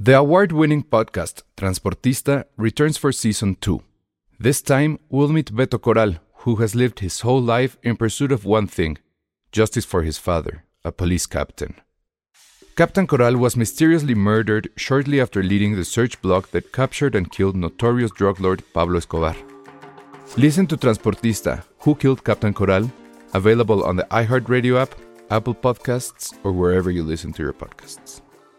The award-winning podcast Transportista returns for Season 2. This time, we'll meet Beto Corral, who has lived his whole life in pursuit of one thing: justice for his father, a police captain. Captain Corral was mysteriously murdered shortly after leading the search block that captured and killed notorious drug lord Pablo Escobar. Listen to Transportista, Who Killed Captain Corral? Available on the iHeartRadio app, Apple Podcasts, or wherever you listen to your podcasts.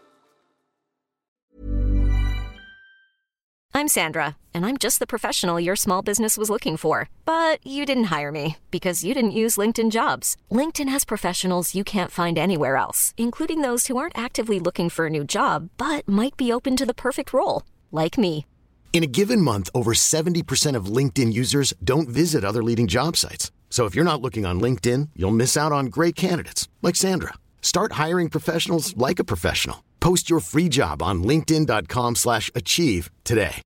I'm Sandra, and I'm just the professional your small business was looking for. But you didn't hire me because you didn't use LinkedIn Jobs. LinkedIn has professionals you can't find anywhere else, including those who aren't actively looking for a new job, but might be open to the perfect role, like me. In a given month, over 70% of LinkedIn users don't visit other leading job sites. So if you're not looking on LinkedIn, you'll miss out on great candidates like Sandra. Start hiring professionals like a professional. Post your free job on linkedin.com/achieve today.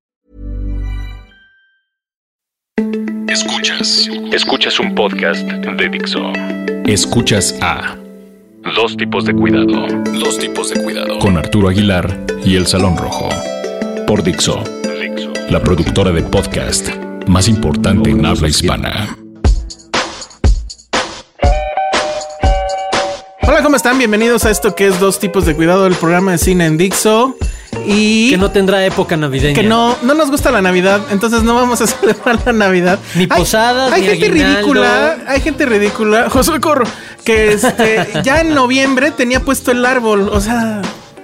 Escuchas un podcast de Dixo. Escuchas a Dos tipos de cuidado. Con Arturo Aguilar y El Salón Rojo. Por Dixo, la productora de podcast más importante en habla hispana. Hola, ¿cómo están? Bienvenidos a esto que es Dos tipos de cuidado, el programa de cine en Dixo. Y que no tendrá época navideña. Que no nos gusta la Navidad, entonces no vamos a celebrar la Navidad. Ni posadas, hay ni gente aguinaldo. Hay gente ridícula, Josué Corro, que ya en noviembre tenía puesto el árbol, o sea...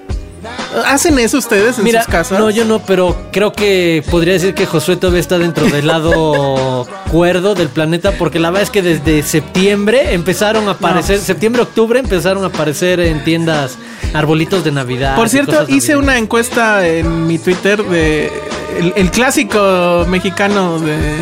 ¿Hacen eso ustedes en sus casas? No, yo no, pero creo que podría decir que Josué todavía está dentro del lado cuerdo del planeta, porque la verdad es que desde septiembre empezaron a aparecer, septiembre-octubre empezaron a aparecer en tiendas arbolitos de Navidad. Por cierto, hice una encuesta en mi Twitter de el clásico mexicano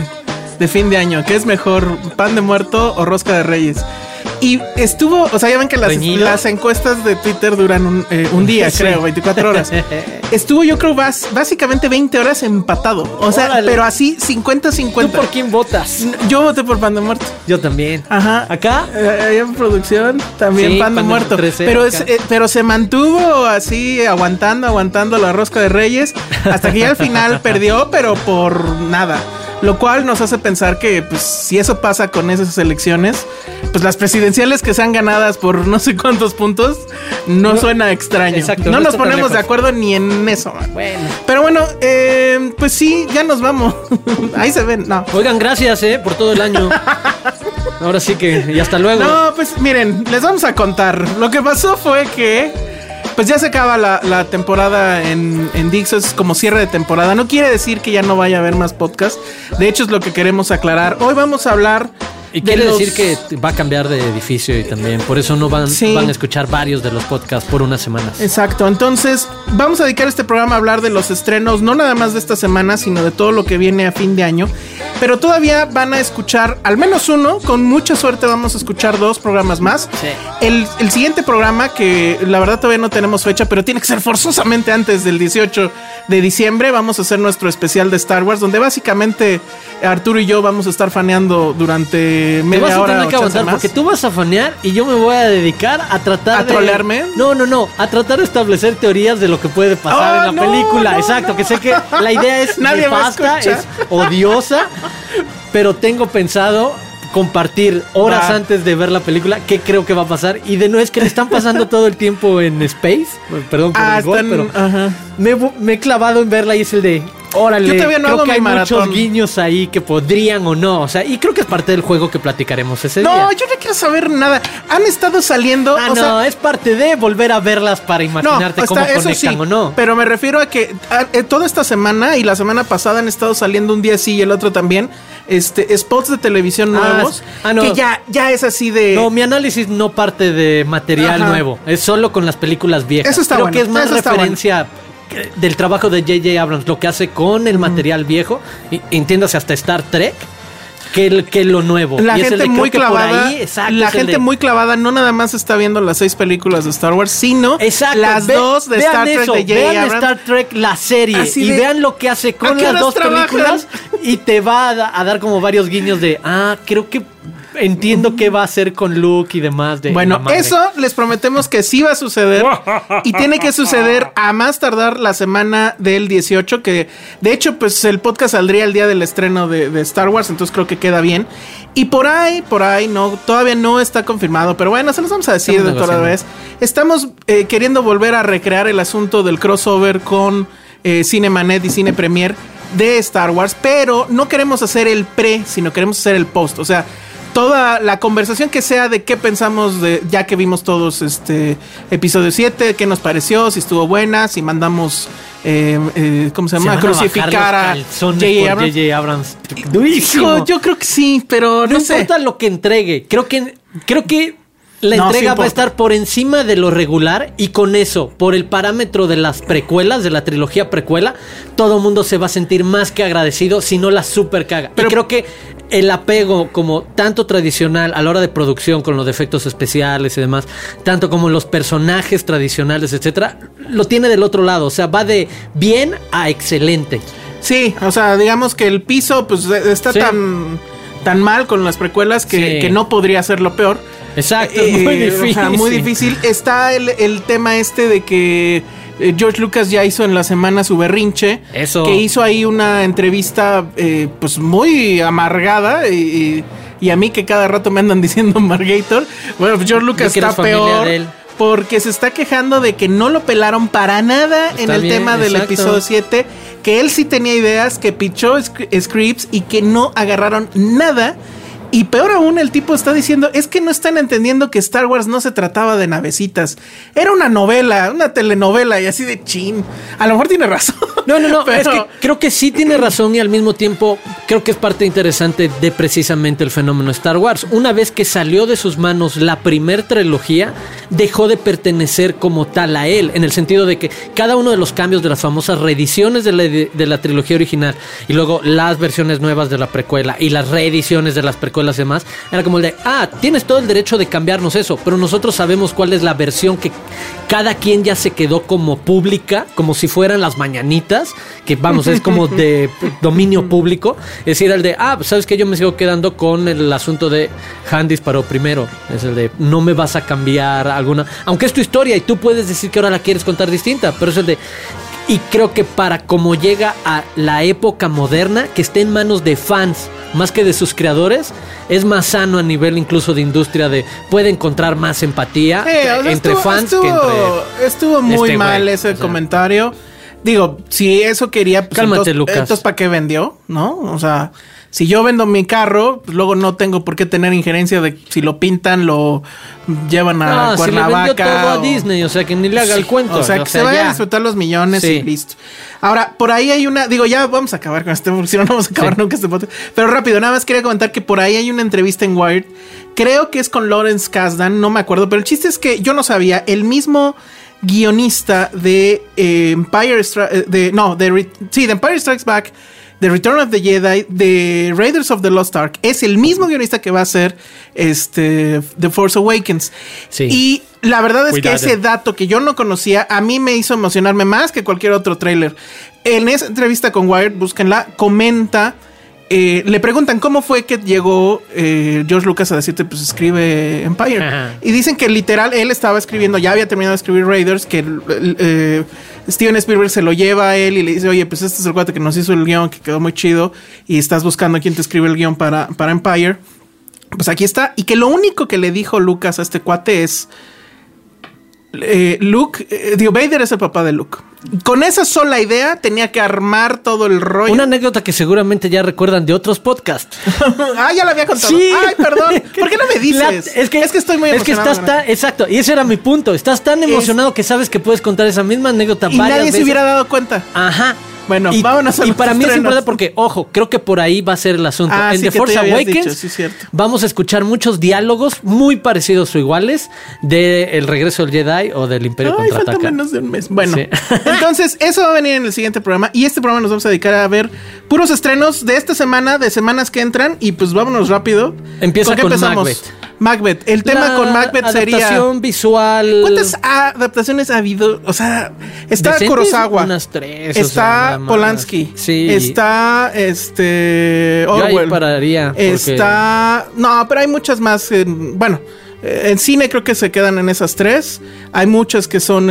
de fin de año, ¿qué es mejor, pan de muerto o rosca de Reyes? Y estuvo, o sea, ya ven que las encuestas de Twitter duran un día, sí. Creo, 24 horas. Estuvo, yo creo, básicamente 20 horas empatado. O sea, órale. Pero así 50-50. ¿Tú por quién votas? Yo voté por pan de muerto. Yo también. Ajá. ¿Acá? En producción también sí, pan de muerto. Pero se mantuvo así, aguantando la rosca de Reyes, hasta que ya al final perdió, pero por nada. Lo cual nos hace pensar que, pues, si eso pasa con esas elecciones, pues las presidenciales que sean ganadas por no sé cuántos puntos, no suena extraño. Exacto, no nos ponemos de acuerdo ni en eso. Bueno. Pero bueno, pues sí, ya nos vamos. Ahí se ven, no. Oigan, gracias, por todo el año. Ahora sí que, y hasta luego. No, pues miren, les vamos a contar. Lo que pasó fue que... Pues ya se acaba la temporada en Dixo, es como cierre de temporada. No quiere decir que ya no vaya a haber más podcast. De hecho, es lo que queremos aclarar. Hoy vamos a hablar... Y quiere decir que va a cambiar de edificio y también por eso no van a escuchar varios de los podcasts por unas semanas. Exacto, entonces vamos a dedicar este programa a hablar de los estrenos, no nada más de esta semana, sino de todo lo que viene a fin de año. Pero todavía van a escuchar al menos uno, con mucha suerte vamos a escuchar 2 programas más. Sí. El siguiente programa, que la verdad todavía no tenemos fecha, pero tiene que ser forzosamente antes del 18 de diciembre, vamos a hacer nuestro especial de Star Wars, donde básicamente Arturo y yo vamos a estar faneando durante media hora. Tener que aguantar porque tú vas a fanear y yo me voy a dedicar a tratar ¿A trolearme? No, a tratar de establecer teorías de lo que puede pasar en la película. Exacto, que sé que la idea es nefasta, es odiosa, pero tengo pensado compartir horas antes de ver la película qué creo que va a pasar. Y de no es que le están pasando todo el tiempo en Space. Perdón por el gol, pero me he clavado en verla y es el de... Órale, yo todavía no creo que hay muchos guiños ahí que podrían o no. O sea, y creo que es parte del juego que platicaremos ese día. No, yo no quiero saber nada. Han estado saliendo... es parte de volver a verlas para imaginarte cómo conectan o no. Pero me refiero a que toda esta semana y la semana pasada han estado saliendo un día sí y el otro también spots de televisión nuevos que ya es así de... No, mi análisis no parte de material nuevo. Es solo con las películas viejas. Eso está creo bueno. que es más referencia... del trabajo de J.J. Abrams, lo que hace con el material viejo, entiéndase hasta Star Trek, que lo nuevo. La gente muy clavada, muy clavada no nada más está viendo las 6 películas de Star Wars, sino las 2 de Star Trek de J.J. Abrams. Vean Star Trek, la serie, y vean lo que hace con las 2 películas, y te va a dar como varios guiños de, creo que entiendo qué va a hacer con Luke y demás. Bueno, eso les prometemos que sí va a suceder. Y tiene que suceder a más tardar la semana del 18, que de hecho pues el podcast saldría el día del estreno de Star Wars, entonces creo que queda bien. Y por ahí no, todavía no está confirmado, pero bueno, se los vamos a decir de toda vez. Estamos queriendo volver a recrear el asunto del crossover con Cinemanet y Cine Premier de Star Wars, pero no queremos hacer el pre, sino queremos hacer el post. O sea, toda la conversación que sea de qué pensamos de ya que vimos todos episodio 7, qué nos pareció, si estuvo buena, si mandamos ¿cómo se llama? Crucificar a J.J. Abrams. Hijo, yo creo que sí, pero no sé. importa lo que entregue. Creo que la entrega va a estar por encima de lo regular, y con eso, por el parámetro de las precuelas, de la trilogía precuela, todo el mundo se va a sentir más que agradecido, si no la super caga. Pero creo que el apego como tanto tradicional a la hora de producción con los efectos especiales y demás, tanto como los personajes tradicionales, etcétera, lo tiene del otro lado. O sea, va de bien a excelente. Sí, o sea, digamos que el piso pues está tan mal con las precuelas que no podría ser lo peor. Exacto, muy difícil. O sea, muy difícil. Está el tema de que George Lucas ya hizo en la semana su berrinche. Eso. Que hizo ahí una entrevista pues muy amargada y a mí que cada rato me andan diciendo Margator. Bueno, pues George Lucas está peor porque se está quejando de que no lo pelaron para nada en el tema del episodio 7, que él sí tenía ideas, que pichó scripts y que no agarraron nada. Y peor aún, el tipo está diciendo, es que no están entendiendo que Star Wars no se trataba de navecitas. Era una novela, una telenovela, y así de chin. A lo mejor tiene razón. No, pero es que creo que sí tiene razón, y al mismo tiempo creo que es parte interesante de precisamente el fenómeno Star Wars. Una vez que salió de sus manos la primer trilogía, dejó de pertenecer como tal a él, en el sentido de que cada uno de los cambios de las famosas reediciones de la trilogía original, y luego las versiones nuevas de la precuela y las reediciones de las precuelas demás, era como el de, tienes todo el derecho de cambiarnos eso, pero nosotros sabemos cuál es la versión que cada quien ya se quedó como pública, como si fueran las mañanitas, que vamos, es como de dominio público. Es decir, el de, pues sabes que yo me sigo quedando con el asunto de Han disparó primero. Es el de, no me vas a cambiar alguna, aunque es tu historia y tú puedes decir que ahora la quieres contar distinta, pero es el de... Y creo que para como llega a la época moderna, que esté en manos de fans más que de sus creadores, es más sano a nivel incluso de industria, puede encontrar más empatía entre fans que entre... Estuvo muy mal ese comentario. Digo, si eso quería, pues cálmate, Lucas. Entonces ¿para qué vendió? ¿No? O sea, si yo vendo mi carro, pues luego no tengo por qué tener injerencia de si lo pintan, lo llevan a Cuernavaca. Si le vendió todo a Disney, o sea, que ni le haga el cuento. O sea, que se vayan a disfrutar los millones y listo. Ahora, por ahí hay una... Digo, ya vamos a acabar con este, porque si no, no vamos a acabar nunca este podcast. Pero rápido, nada más quería comentar que por ahí hay una entrevista en Wired. Creo que es con Lawrence Kasdan, no me acuerdo. Pero el chiste es que yo no sabía. El mismo guionista de Empire Strikes Back, The Return of the Jedi, de Raiders of the Lost Ark, es el mismo guionista que va a hacer The Force Awakens. Sí. Y la verdad es que ese dato que yo no conocía, a mí me hizo emocionarme más que cualquier otro tráiler. En esa entrevista con Wired, búsquenla, comenta... le preguntan cómo fue que llegó George Lucas a decirte, pues escribe Empire. Ajá. Y dicen que literal él estaba escribiendo, ya había terminado de escribir Raiders, que Steven Spielberg se lo lleva a él y le dice, oye, pues este es el cuate que nos hizo el guión, que quedó muy chido, y estás buscando a quién te escribe el guión para Empire. Pues aquí está. Y que lo único que le dijo Lucas a este cuate es... Vader es el papá de Luke. Con esa sola idea tenía que armar todo el rollo. Una anécdota que seguramente ya recuerdan de otros podcasts. Ya la había contado. Sí. Ay, perdón. ¿Por qué no me dices? Es que estoy muy emocionado. Es que estás exacto. Y ese era mi punto. Estás tan emocionado que sabes que puedes contar esa misma anécdota y varias nadie veces. Se hubiera dado cuenta. Ajá. Bueno, vámonos a y para mí es importante porque, ojo, creo que por ahí va a ser el asunto. En The Force Awakens vamos a escuchar muchos diálogos muy parecidos o iguales de El Regreso del Jedi o del Imperio Contraataca. Falta menos de un mes. Bueno, entonces eso va a venir en el siguiente programa. Y este programa nos vamos a dedicar a ver puros estrenos de esta semana, de semanas que entran. Y pues vámonos rápido. Empieza con Macbeth. Macbeth. El tema con Macbeth sería... adaptación visual... ¿Cuántas adaptaciones ha habido? O sea, está ¿decentes? Kurosawa. Unas 3. Está Polanski. Sí. Está Orwell. Yo ahí pararía. Está... No, pero hay muchas más. Bueno, en cine creo que se quedan en esas 3. Hay muchas que son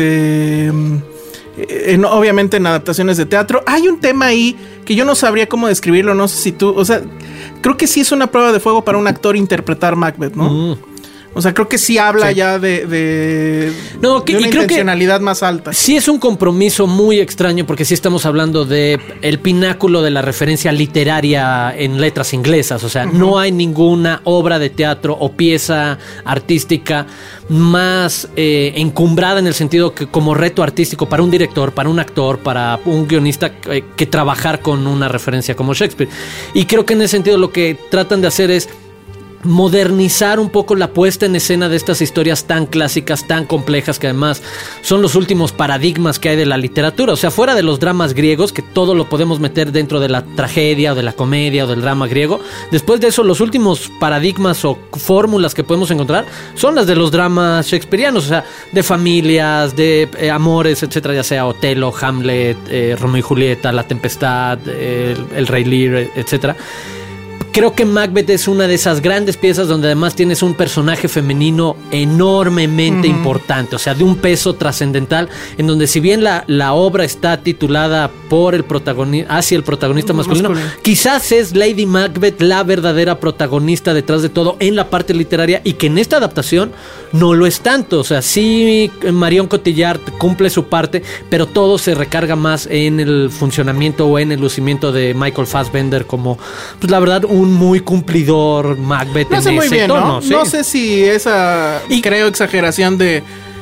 obviamente en adaptaciones de teatro. Hay un tema ahí que yo no sabría cómo describirlo, no sé si tú, o sea, creo que sí es una prueba de fuego para un actor interpretar Macbeth, ¿no? O sea, creo que sí habla ya de una intencionalidad más alta. Sí es un compromiso muy extraño porque sí estamos hablando de el pináculo de la referencia literaria en letras inglesas. O sea, no hay ninguna obra de teatro o pieza artística más encumbrada en el sentido que como reto artístico para un director, para un actor, para un guionista que trabajar con una referencia como Shakespeare. Y creo que en ese sentido lo que tratan de hacer es modernizar un poco la puesta en escena de estas historias tan clásicas, tan complejas, que además son los últimos paradigmas que hay de la literatura. O sea, fuera de los dramas griegos, que todo lo podemos meter dentro de la tragedia o de la comedia o del drama griego, después de eso los últimos paradigmas o fórmulas que podemos encontrar son las de los dramas shakespearianos, o sea, de familias, de amores, etcétera, ya sea Otelo, Hamlet, Romeo y Julieta, La Tempestad, el Rey Lear, etcétera. Creo que Macbeth es una de esas grandes piezas donde además tienes un personaje femenino enormemente importante, o sea, de un peso trascendental, en donde si bien la obra está titulada por el protagonista, hacia el protagonista masculino, quizás es Lady Macbeth la verdadera protagonista detrás de todo en la parte literaria, y que en esta adaptación no lo es tanto. O sea, sí, Marion Cotillard cumple su parte, pero todo se recarga más en el funcionamiento o en el lucimiento de Michael Fassbender como, pues la verdad, un muy cumplidor Macbeth en ese bien, tono. ¿No? Sí. No sé si esa, creo, exageración de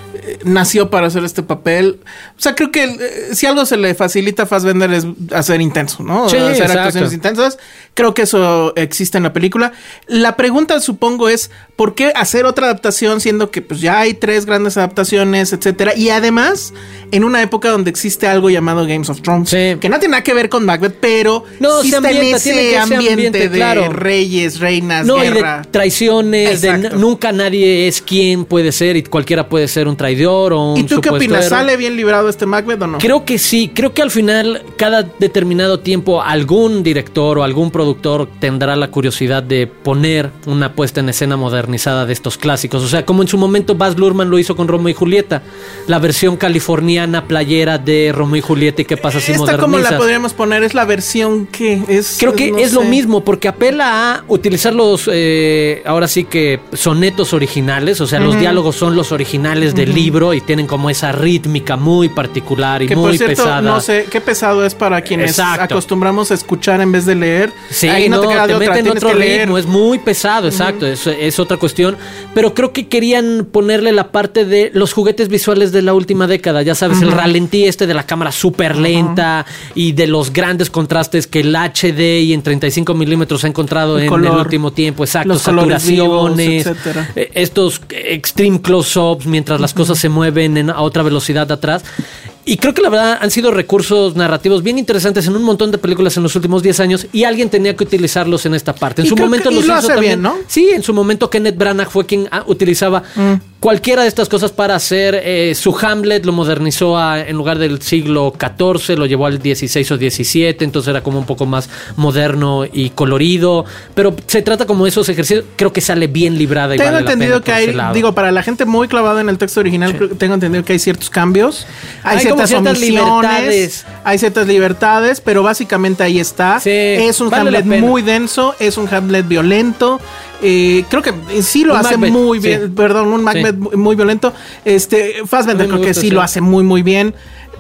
nació para hacer este papel. O sea, creo que si algo se le facilita a Fassbender es hacer intenso, ¿no? Sí, hacer exacto. actuaciones intensas. Creo que eso existe en la película. La pregunta, supongo, es ¿por qué hacer otra adaptación siendo que pues ya hay 3 grandes adaptaciones, etcétera? Y además, en una época donde existe algo llamado Games of Thrones, que no tiene nada que ver con Macbeth, pero sí está en ese ambiente de claro, reyes, reinas, guerra. Y de traiciones, de nunca nadie es quien puede ser y cualquiera puede ser un traidor o un ¿Y tú qué opinas? héroe. ¿Sale bien librado este Macbeth o no? Creo que sí, creo que al final cada determinado tiempo algún director o algún productor tendrá la curiosidad de poner una puesta en escena modernizada de estos clásicos. O sea, como en su momento Baz Luhrmann lo hizo con Romeo y Julieta, la versión californiana playera de Romeo y Julieta, y qué pasa si modernizas. ¿Cómo la podríamos poner? ¿Es la versión que es? Creo que es lo mismo, porque apela a utilizar los, ahora sí que sonetos originales, o sea, los diálogos son los originales del libro y tienen como esa rítmica muy particular y que muy pesada. No sé, qué pesado es para quienes acostumbramos a escuchar en vez de leer. Sí, ahí no te queda de otra, tienes que leer. Ritmo, es muy pesado, exacto, es otra cuestión, pero creo que querían ponerle la parte de los juguetes visuales de la última década, ya sabes, el ralentí de la cámara súper lenta y de los grandes contrastes que el HD y en 35 milímetros ha encontrado en el último tiempo, exacto, saturaciones, vivos, estos extreme close-ups mientras las cosas se mueven a otra velocidad atrás. Y creo que la verdad han sido recursos narrativos bien interesantes en un montón de películas en los últimos 10 años y alguien tenía que utilizarlos en esta parte. En su momento los hizo también, bien, ¿no? Sí, en su momento Kenneth Branagh fue quien utilizaba cualquiera de estas cosas para hacer su Hamlet, lo modernizó en lugar del siglo XIV, lo llevó al XVI o XVII, entonces era como un poco más moderno y colorido, pero se trata como esos ejercicios, creo que sale bien librada y tengo vale entendido la pena que hay, digo, para la gente muy clavada en el texto original, tengo entendido que hay ciertos cambios, hay ciertas omisiones, hay ciertas libertades, pero básicamente ahí está. Sí, es un Hamlet muy denso, es un Hamlet violento. Creo que sí lo hace Macbeth, muy bien. Sí. Perdón, un Macbeth muy violento. Fassbender creo que sí lo hace muy bien.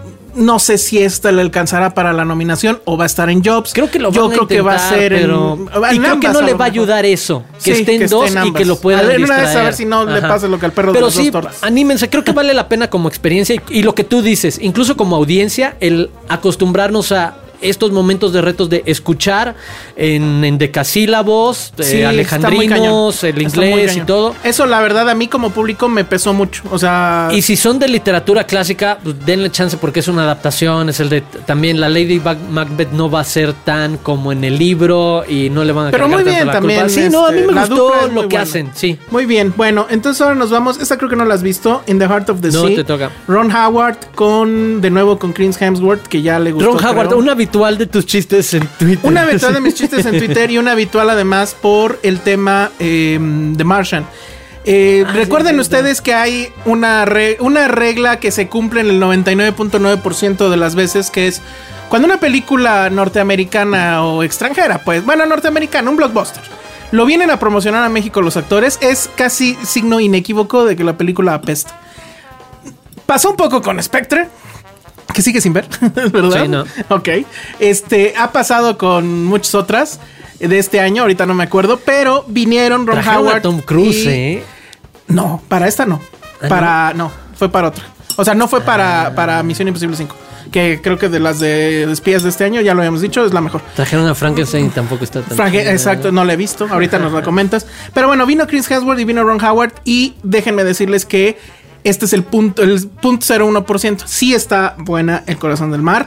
No sé si esta le alcanzará para la nominación o va a estar en Jobs. Creo que lo van a intentar, que va a ser pero y creo que no le va a ayudar eso, que esté en dos y que lo puedan distraer. A ver si no le pasa lo que al perro pero de las 2 torres. Anímense, creo que vale la pena como experiencia y lo que tú dices, incluso como audiencia, el acostumbrarnos a estos momentos de retos de escuchar en decasílabos, alejandrinos, el inglés y todo. Eso, la verdad, a mí como público me pesó mucho. O sea... Y si son de literatura clásica, pues denle chance porque es una adaptación. Es el de también la Lady Macbeth no va a ser tan como en el libro y no le van a cargar tanto la también, culpa. Sí, no, a mí me gustó lo que hacen. Sí. Muy bien. Bueno, entonces ahora nos vamos. Esta creo que no la has visto. In the Heart of the Sea. No, te toca. Ron Howard de nuevo con Chris Hemsworth, que ya le gustó. Ron Howard, un habitual de tus chistes en Twitter. Un habitual de mis chistes en Twitter y un habitual además por el tema de Martian. Recuerden ustedes que hay una regla que se cumple en el 99.9% de las veces, que es cuando una película norteamericana o extranjera, pues, bueno, norteamericana, un blockbuster, lo vienen a promocionar a México los actores, es casi signo inequívoco de que la película apesta. Pasó un poco con Spectre, que sigue sin ver, ¿verdad? Sí, no. Ok. Ha pasado con muchas otras de este año, ahorita no me acuerdo, pero vinieron Ron Howard. A Tom Cruise, No, para esta no. No, fue para otra. O sea, no fue para Misión Imposible 5. Que creo que de las de espías de este año, ya lo habíamos dicho, es la mejor. Trajeron a Frankenstein y tampoco está tan... Exacto, no la he visto, ahorita nos la comentas. Pero bueno, vino Chris Hemsworth y vino Ron Howard y déjenme decirles que este es el punto 0.1%. Sí está buena El Corazón del Mar.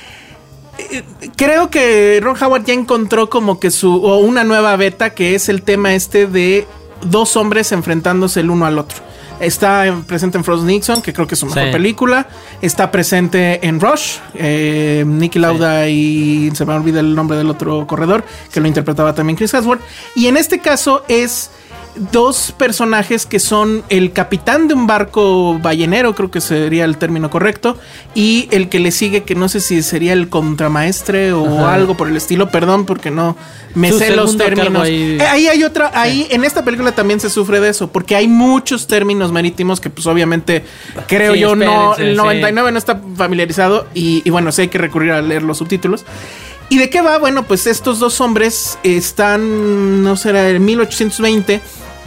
Creo que Ron Howard ya encontró como que una nueva beta, que es el tema de dos hombres enfrentándose el uno al otro. Está presente en Frost Nixon, que creo que es su mejor película. Está presente en Rush, Niki Lauda y se me olvida el nombre del otro corredor, que lo interpretaba también Chris Hemsworth. Y en este caso es dos personajes que son el capitán de un barco ballenero, creo que sería el término correcto, y el que le sigue, que no sé si sería el contramaestre o algo por el estilo, perdón, porque no me sé los términos. Ahí hay otra, ahí en esta película también se sufre de eso, porque hay muchos términos marítimos que pues obviamente creo yo el 99 no está familiarizado y bueno, sí hay que recurrir a leer los subtítulos. ¿Y de qué va? Bueno, pues estos dos hombres están, no será, en 1820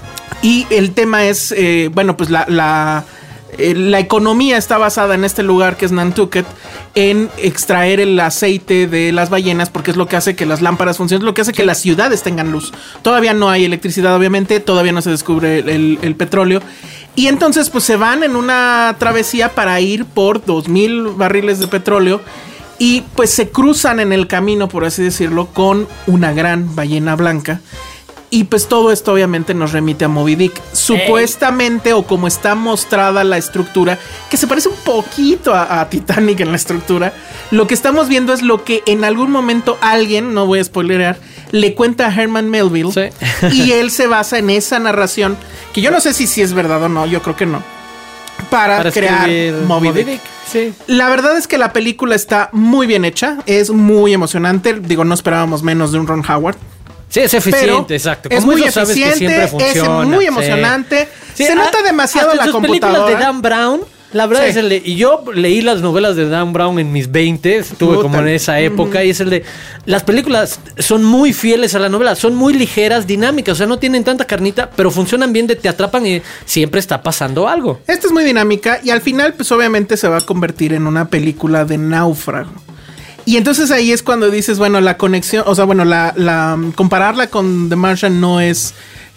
y el tema es, pues la economía está basada en este lugar que es Nantucket en extraer el aceite de las ballenas, porque es lo que hace que las lámparas funcionen, es lo que hace que las ciudades tengan luz. Todavía no hay electricidad, obviamente, todavía no se descubre el petróleo. Y entonces pues se van en una travesía para ir por 2,000 barriles de petróleo. Y pues se cruzan en el camino, por así decirlo, con una gran ballena blanca. Y pues todo esto obviamente nos remite a Moby Dick. Supuestamente, o como está mostrada la estructura, que se parece un poquito a Titanic en la estructura, lo que estamos viendo es lo que en algún momento alguien, no voy a spoilerear, le cuenta a Herman Melville. Sí. Y él se basa en esa narración, que yo no sé si es verdad o no, yo creo que no, para crear Moby Dick. Sí. La verdad es que la película está muy bien hecha, es muy emocionante. Digo, no esperábamos menos de un Ron Howard. Sí, es eficiente, exacto. Es muy eficiente, es muy emocionante. Sí. Se nota demasiado la computadora. Películas de Dan Brown, la verdad es y yo leí las novelas de Dan Brown en mis 20, estuve como en esa época, y es las películas son muy fieles a la novela, son muy ligeras, dinámicas, o sea, no tienen tanta carnita, pero funcionan bien, te atrapan y siempre está pasando algo. Esta es muy dinámica y al final pues obviamente se va a convertir en una película de náufrago. Y entonces ahí es cuando dices, bueno, la conexión, o sea, bueno, la compararla con The Martian no es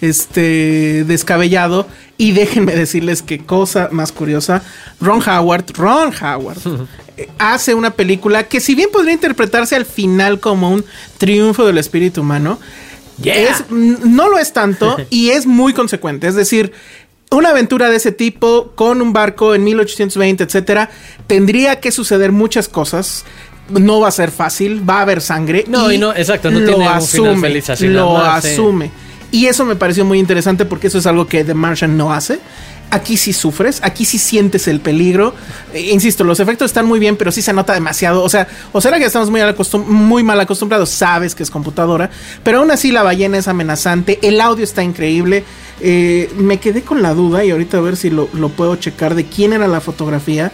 descabellado. Y déjenme decirles qué cosa más curiosa. Ron Howard hace una película que, si bien podría interpretarse al final como un triunfo del espíritu humano, no lo es tanto y es muy consecuente. Es decir, una aventura de ese tipo con un barco en 1820, etcétera, tendría que suceder muchas cosas. No va a ser fácil, va a haber sangre. Exacto, no tiene un final feliz así. Lo asume. Y eso me pareció muy interesante porque eso es algo que The Martian no hace. Aquí sí sufres, aquí sí sientes el peligro. Insisto, los efectos están muy bien, pero sí se nota demasiado. O sea, o será que estamos muy mal acostumbrados. Sabes que es computadora, pero aún así la ballena es amenazante. El audio está increíble. Me quedé con la duda y ahorita a ver si lo puedo checar de quién era la fotografía.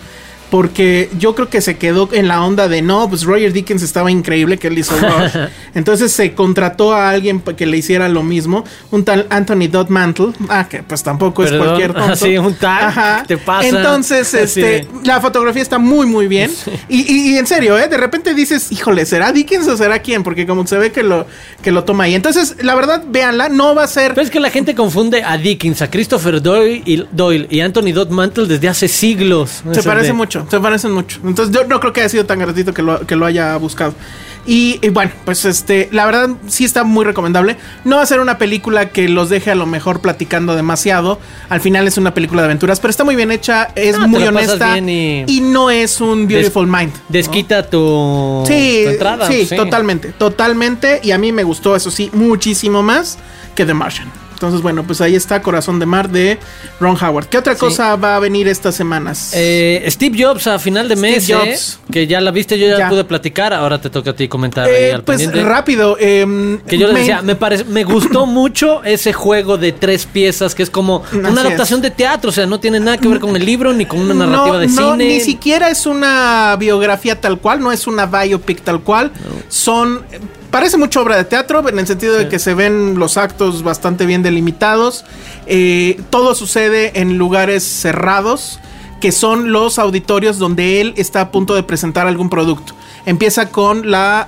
porque yo creo que se quedó en la onda de no, pues Roger Deakins estaba increíble que él hizo Rush. Entonces se contrató a alguien que le hiciera lo mismo, un tal Anthony Dodd Mantle, que pues tampoco es cualquier tonto. Sí, un tal, ¿qué te pasa? Entonces, la fotografía está muy, muy bien. Y en serio, de repente dices, híjole, ¿será Deakins o será quién? Porque como se ve que lo toma ahí. Entonces, la verdad, véanla, no va a ser... Pero es que la gente confunde a Deakins, a Christopher Doyle y Anthony Dodd Mantle desde hace siglos. Se parecen mucho. Entonces yo no creo que haya sido tan gratuito que lo haya buscado. Y bueno, pues la verdad sí está muy recomendable. No va a ser una película que los deje a lo mejor platicando demasiado. Al final es una película de aventuras, pero está muy bien hecha, es muy honesta y no es un Beautiful Mind, ¿no? Desquita tu entrada. Sí, totalmente. Y a mí me gustó, eso sí, muchísimo más que The Martian. Entonces, bueno, pues ahí está Corazón de Mar de Ron Howard. ¿Qué otra cosa va a venir estas semanas? Steve Jobs a final de mes, que ya la viste, yo ya pude platicar. Ahora te toca a ti comentar ahí al pues pendiente. Rápido. Que yo les decía, me gustó mucho ese juego de 3 piezas que es como una adaptación de teatro. O sea, no tiene nada que ver con el libro ni con una narrativa de cine. Ni siquiera es una biografía tal cual, no es una biopic tal cual. Parece mucho obra de teatro en el sentido de que se ven los actos bastante bien delimitados. Todo sucede en lugares cerrados, que son los auditorios donde él está a punto de presentar algún producto. Empieza con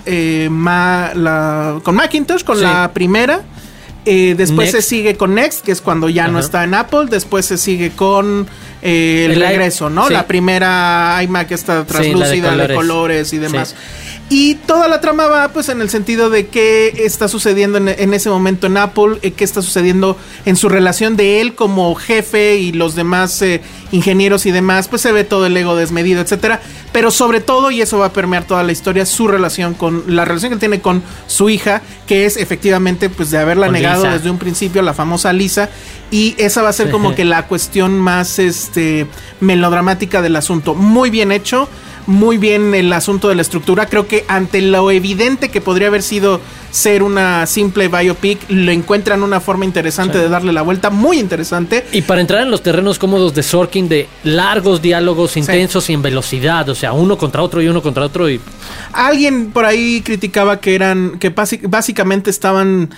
con Macintosh, con la primera. Después se sigue con Next, que es cuando ya no está en Apple. Después se sigue con el regreso, ¿no? Sí. La primera iMac esta translúcida de colores y demás. Sí. Y toda la trama va pues en el sentido de qué está sucediendo en ese momento en Apple, qué está sucediendo en su relación de él como jefe y los demás ingenieros y demás. Pues se ve todo el ego desmedido, etcétera. Pero sobre todo, y eso va a permear toda la historia, la relación que tiene con su hija, que es efectivamente pues de haberla negado Lisa desde un principio, la famosa Lisa. Y esa va a ser como que la cuestión más melodramática del asunto. Muy bien hecho. Muy bien el asunto de la estructura. Creo que ante lo evidente que podría haber sido ser una simple biopic, lo encuentran una forma interesante de darle la vuelta, muy interesante. Y para entrar en los terrenos cómodos de Sorkin, de largos diálogos intensos y en velocidad, o sea, uno contra otro. Y alguien por ahí criticaba que básicamente estaban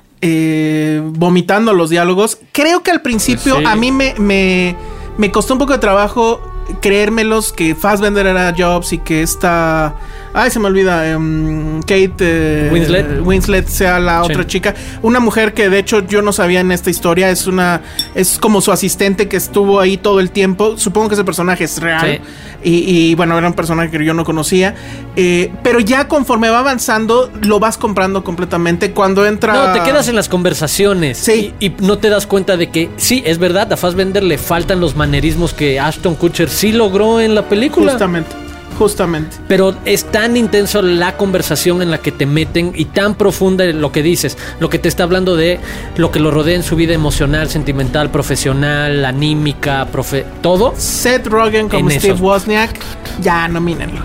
vomitando los diálogos. Creo que al principio a mí me costó un poco de trabajo creérmelos que Fassbender era Jobs y que esta... se me olvida. Kate Winslet sea la otra chica. Una mujer que de hecho yo no sabía en esta historia. Es como su asistente que estuvo ahí todo el tiempo. Supongo que ese personaje es real. Y bueno, era un personaje que yo no conocía. Pero ya conforme va avanzando, lo vas comprando completamente. Cuando entra... No, te quedas en las conversaciones. Sí. Y no te das cuenta de que sí, es verdad, a Fassbender le faltan los manerismos que Ashton Kutcher sí logró en la película. Justamente. Pero es tan intenso la conversación en la que te meten y tan profunda lo que dices, lo que te está hablando de lo que lo rodea en su vida emocional, sentimental, profesional, anímica, todo. Seth Rogen como Steve Wozniak, ya nomínenlo.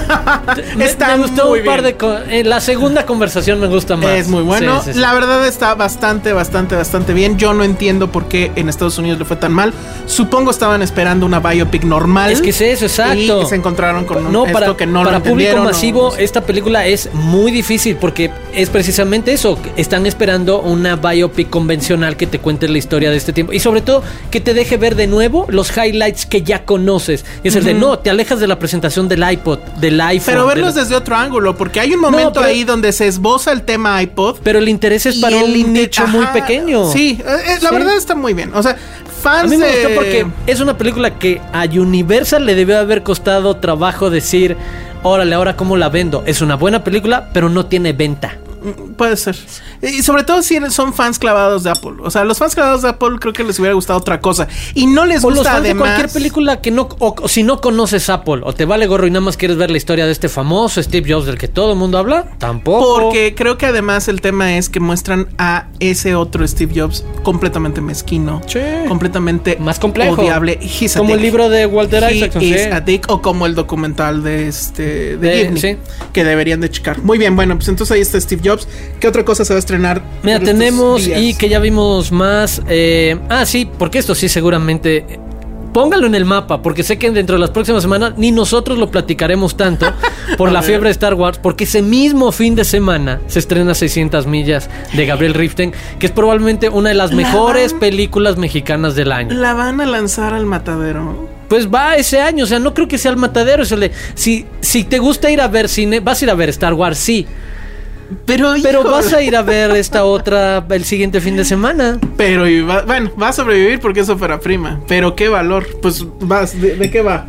Me gustó muy un par de la segunda conversación me gusta más. Es muy bueno. Sí. La verdad está bastante bien. Yo no entiendo por qué en Estados Unidos le fue tan mal. Supongo estaban esperando una biopic normal. Es que es eso, exacto. Y se encontraron con para público masivo, esta película es muy difícil porque es precisamente eso. Están esperando una biopic convencional que te cuente la historia de este tiempo y sobre todo que te deje ver de nuevo los highlights que ya conoces. Y es el de te alejas de la presentación del iPod, del iPhone. Pero verlos desde otro ángulo, porque hay un momento ahí donde se esboza el tema iPod. Pero el interés es para un nicho muy pequeño. Sí, la verdad está muy bien. O sea, a mí me gustó porque es una película que a Universal le debió haber costado trabajo decir, órale, ahora cómo la vendo. Es una buena película, pero no tiene venta. Puede ser. Y sobre todo si son fans clavados de Apple. O sea, los fans clavados de Apple creo que les hubiera gustado otra cosa. Y no les gusta los fans además de cualquier película que no... O si no conoces Apple o te vale gorro y nada más quieres ver la historia de este famoso Steve Jobs del que todo el mundo habla, tampoco. Porque creo que además el tema es que muestran a ese otro Steve Jobs completamente mezquino. Sí. Completamente más complejo. Odiable. Como el libro de Walter Isaacson. A Dick, o como el documental de Disney, que deberían de checar. Muy bien, bueno, pues entonces ahí está Steve Jobs. ¿Qué otra cosa se va a estrenar? Mira, tenemos y que ya vimos más. Sí, porque esto sí seguramente póngalo en el mapa, porque sé que dentro de las próximas semanas ni nosotros lo platicaremos tanto por la fiebre de Star Wars, porque ese mismo fin de semana se estrena 600 millas de Gabriel Riften, que es probablemente una de las mejores películas mexicanas del año. La van a lanzar al matadero. Pues va ese año, o sea, no creo que sea el matadero, es el de, si te gusta ir a ver cine, vas a ir a ver Star Wars, sí. Pero vas a ir a ver esta otra el siguiente fin de semana. Pero va a sobrevivir porque es ópera prima. Pero qué valor. Pues vas, ¿de qué va?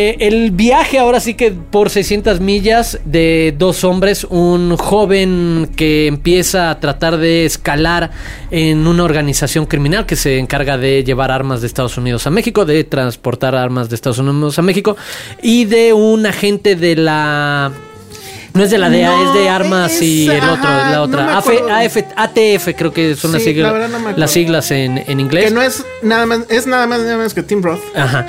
El viaje ahora sí que por 600 millas de dos hombres. Un joven que empieza a tratar de escalar en una organización criminal que se encarga de llevar armas de Estados Unidos a México, de transportar armas de Estados Unidos a México, y de un agente de la... No es de la DEA, es de armas y el otro, la otra. ATF, creo que son las siglas en inglés. Que no es nada más que Tim Roth. Ajá.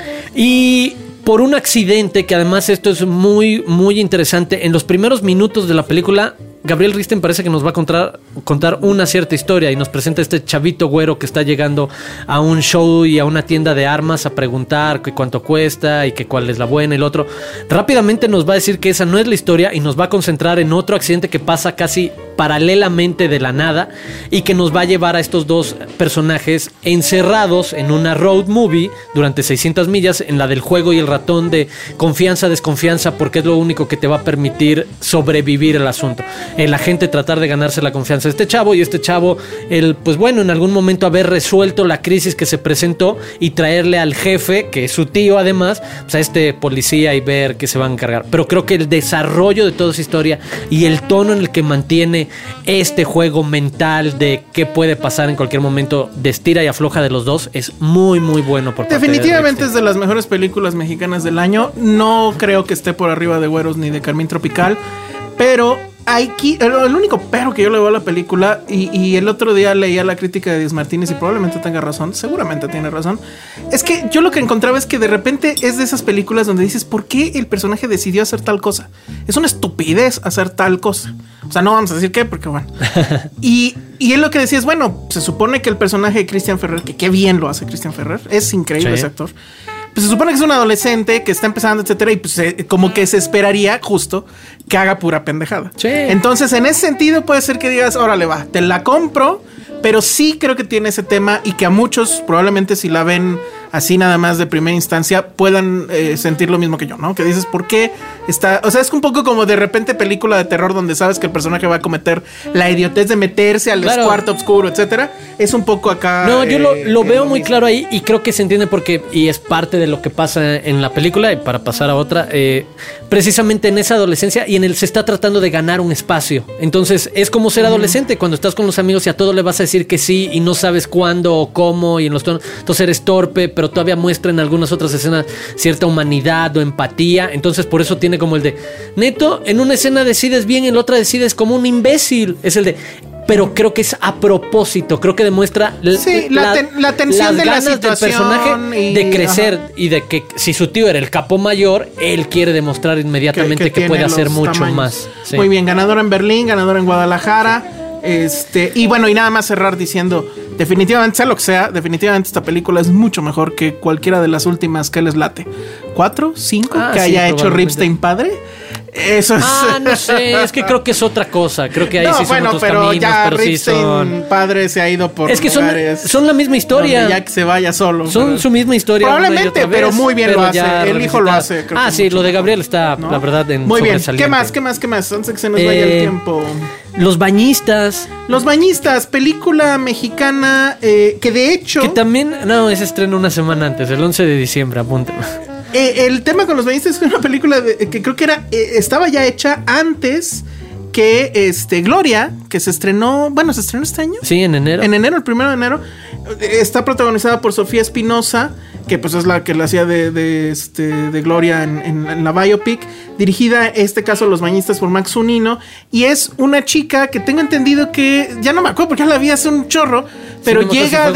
Y por un accidente, que además esto es muy, muy interesante, en los primeros minutos de la película, Gabriel Riften parece que nos va a contar una cierta historia y nos presenta este chavito güero que está llegando a un show y a una tienda de armas a preguntar que cuánto cuesta y que cuál es la buena y el otro. Rápidamente nos va a decir que esa no es la historia y nos va a concentrar en otro accidente que pasa casi paralelamente de la nada y que nos va a llevar a estos dos personajes encerrados en una road movie durante 600 millas, en la del juego y el ratón de confianza, desconfianza, porque es lo único que te va a permitir sobrevivir el asunto. El agente tratar de ganarse la confianza de este chavo y este chavo, pues bueno, en algún momento haber resuelto la crisis que se presentó y traerle al jefe, que es su tío además, pues a este policía y ver qué se van a encargar. Pero creo que el desarrollo de toda esa historia y el tono en el que mantiene este juego mental de qué puede pasar en cualquier momento, de estira y afloja de los dos, es muy muy bueno por parte definitivamente es de las mejores películas mexicanas del año. No creo que esté por arriba de Güeros ni de Carmín Tropical, pero el único pero que yo le veo a la película, y el otro día leía la crítica de Díaz Martínez y probablemente tenga razón, seguramente tiene razón, es que yo lo que encontraba es que de repente es de esas películas donde dices, ¿por qué el personaje decidió hacer tal cosa? Es una estupidez hacer tal cosa. O sea, no vamos a decir qué, porque bueno. Y es lo que decías, bueno, se supone que el personaje de Christian Ferrer, que qué bien lo hace Christian Ferrer, es increíble ese actor. Pues se supone que es un adolescente que está empezando, etcétera, y pues como que se esperaría justo que haga pura pendejada. Sí. Entonces, en ese sentido puede ser que digas, órale va, te la compro, pero sí creo que tiene ese tema y que a muchos probablemente si la ven así nada más de primera instancia puedan sentir lo mismo que yo, ¿no? Que dices, ¿por qué está? O sea, es un poco como de repente película de terror donde sabes que el personaje va a cometer la idiotez de meterse al cuarto oscuro, etcétera. Es un poco acá. No, yo lo veo muy claro ahí y creo que se entiende porque, y es parte de lo que pasa en la película, y para pasar a otra, precisamente en esa adolescencia y en el se está tratando de ganar un espacio. Entonces es como ser adolescente cuando estás con los amigos y a todo le vas a decir que sí y no sabes cuándo o cómo y en los tonos. Entonces eres torpe, pero todavía muestra en algunas otras escenas cierta humanidad o empatía. Entonces por eso tiene como el de neto, en una escena decides bien, en la otra decides como un imbécil. Es el de, pero creo que es a propósito. Creo que demuestra la tensión de la situación del personaje de crecer y de que si su tío era el capo mayor, él quiere demostrar inmediatamente que puede hacer mucho tamaños. Más. Sí. Muy bien, ganador en Berlín, ganador en Guadalajara. Y bueno, y nada más cerrar diciendo, definitivamente, sea lo que sea, definitivamente esta película es mucho mejor que cualquiera de las últimas que les late. 4, 5 que haya hecho Ripstein padre. Eso es. No sé, es que creo que es otra cosa. Creo que ahí sí son otros caminos, ya pero Ripstein sí son... padre se ha ido por es que son la misma historia. Ya que se vaya solo. Son su misma historia. Probablemente, pero muy bien lo hace. El hijo lo hace. Sí, lo de Gabriel está, ¿no? La verdad, en muy bien. ¿Qué más? Antes de que se nos vaya el tiempo. Los Bañistas. Los Bañistas, película mexicana que de hecho... Que también, ese estreno una semana antes, el 11 de diciembre, apúntame. El tema con Los Bañistas es una película que creo que estaba ya hecha antes que Gloria, que se estrenó este año. Sí, en enero. En enero, el 1 de enero. Está protagonizada por Sofía Espinosa, que pues es la que la hacía de Gloria en la biopic, dirigida en este caso Los Bañistas por Max Zunino, y es una chica que tengo entendido que ya no me acuerdo porque ya la vi hace un chorro, pero llega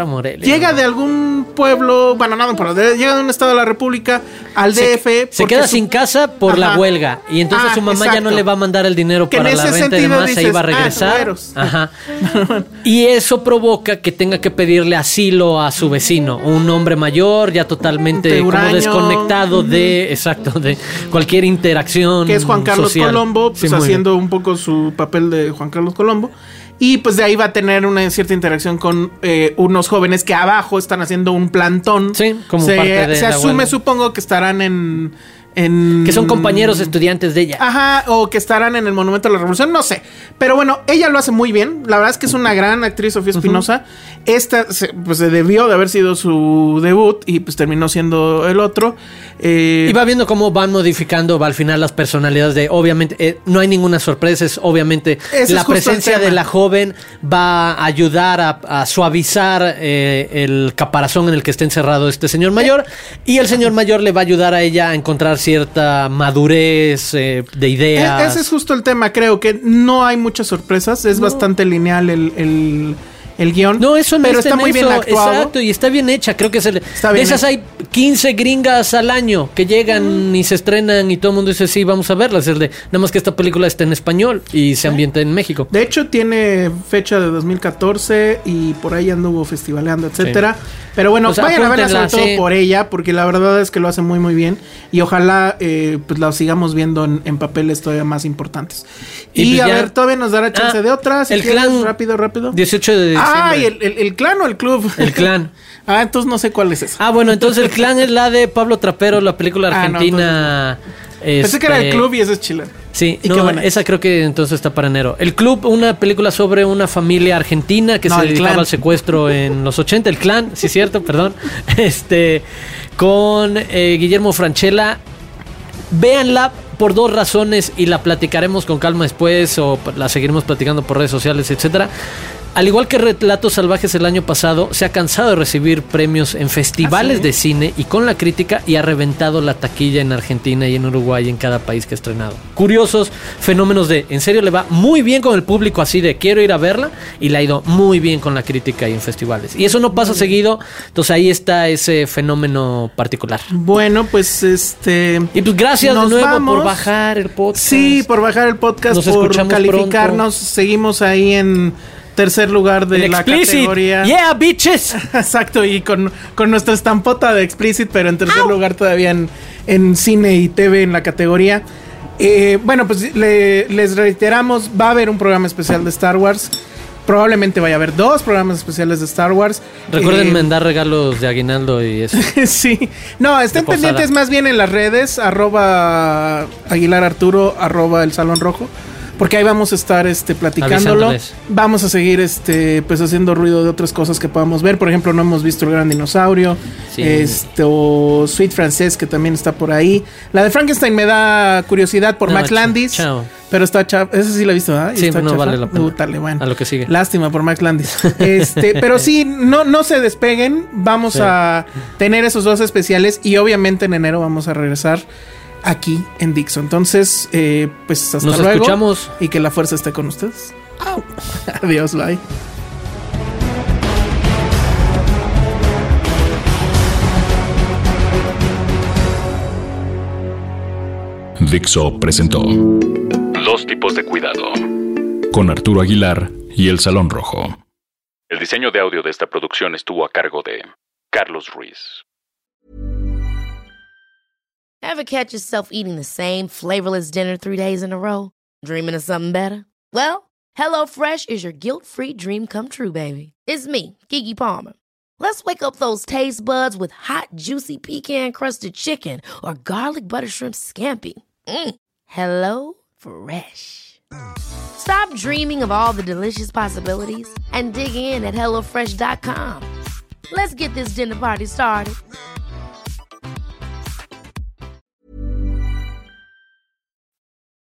de algún pueblo, bueno, no, llega de un estado de la República al DF. Se queda sin casa por la huelga, y entonces su mamá ya no le va a mandar el dinero para la renta y demás, se iba a regresar. Y eso provoca que tenga que pedirle asilo a su vecino, un hombre mayor mayor, ya totalmente como desconectado de cualquier interacción. Que es Juan Carlos social. Colombo, pues haciendo un poco su papel de Juan Carlos Colombo. Y pues de ahí va a tener una cierta interacción con unos jóvenes que abajo están haciendo un plantón. Sí, como parte de se asume, supongo, que estarán en que son compañeros estudiantes de ella. Ajá, o que estarán en el Monumento a la Revolución, no sé. Pero bueno, ella lo hace muy bien. La verdad es que es una gran actriz, Sofía Espinosa. Esta pues se debió de haber sido su debut y pues terminó siendo el otro. Y va viendo cómo van modificando al final las personalidades de, obviamente, no hay ninguna sorpresa, es obviamente la presencia de la joven va a ayudar a suavizar el caparazón en el que está encerrado este señor mayor, y el señor mayor le va a ayudar a ella a encontrar cierta madurez de ideas. Ese es justo el tema, creo que no hay muchas sorpresas, es bastante lineal el guión. No, eso no, pero está muy bien actuado. Exacto, y está bien hecha. Creo que de esas hay 15 gringas al año que llegan y se estrenan y todo el mundo dice, sí, vamos a verlas. Es de, nada más que esta película está en español y se ambienta en México. De hecho, tiene fecha de 2014 y por ahí anduvo festivaleando, etcétera. Sí. Pero bueno, vayan a verla sobre todo por ella, porque la verdad es que lo hace muy, muy bien. Y ojalá pues la sigamos viendo en papeles todavía más importantes. Y pues a ver, todavía nos dará chance de otras. El Clan. Rápido. 18 de diciembre. ¿Y el Clan o el Club? El Clan. Entonces no sé cuál es esa. Bueno, entonces el Clan es la de Pablo Trapero, la película argentina. Pensé que era el Club y ese es chileno. Sí, esa creo que entonces está para enero. El Club, una película sobre una familia argentina que se dedicaba al secuestro en los 80. El Clan, sí, cierto, perdón. Con Guillermo Francella. Véanla por dos razones y la platicaremos con calma después o la seguiremos platicando por redes sociales, etcétera. Al igual que Relatos Salvajes el año pasado, se ha cansado de recibir premios en festivales de cine y con la crítica, y ha reventado la taquilla en Argentina y en Uruguay y en cada país que ha estrenado. Curiosos fenómenos en serio le va muy bien con el público, así de quiero ir a verla, y le ha ido muy bien con la crítica y en festivales. Y eso no pasa seguido, entonces ahí está ese fenómeno particular. Bueno, pues y pues gracias de nuevo por bajar el podcast. Sí, por bajar el podcast, nos por calificarnos. Pronto. Seguimos ahí en tercer lugar de la categoría. Yeah, bitches. Exacto, y con nuestra estampota de Explicit, pero en tercer lugar todavía en cine y TV en la categoría. Bueno, pues les reiteramos, va a haber un programa especial de Star Wars. Probablemente vaya a haber 2 programas especiales de Star Wars. Recuerden mandar regalos de aguinaldo y eso. Sí. No, estén pendientes más bien en las redes, @AguilarArturo, @El Salón Rojo. Porque ahí vamos a estar platicándolo. Vamos a seguir pues haciendo ruido de otras cosas que podamos ver. Por ejemplo, no hemos visto El Gran Dinosaurio. Sí. O Sweet Frances, que también está por ahí. La de Frankenstein me da curiosidad por Max Landis. Chao. Pero está chafa. Esa sí la he visto, ¿verdad? Sí, no vale la pena. Bueno. A lo que sigue. Lástima por Max Landis. Pero sí, no se despeguen. Vamos a tener esos 2 especiales. Y obviamente en enero vamos a regresar aquí en Dixo. Entonces, pues hasta luego. Nos escuchamos. Y que la fuerza esté con ustedes. Adiós, bye. Dixo presentó Dos tipos de cuidado con Arturo Aguilar y El Salón Rojo. El diseño de audio de esta producción estuvo a cargo de Carlos Ruiz. Ever catch yourself eating the same flavorless dinner 3 days in a row? Dreaming of something better? Well, HelloFresh is your guilt-free dream come true, baby. It's me, Keke Palmer. Let's wake up those taste buds with hot, juicy pecan-crusted chicken or garlic butter shrimp scampi. HelloFresh. Stop dreaming of all the delicious possibilities and dig in at HelloFresh.com. Let's get this dinner party started.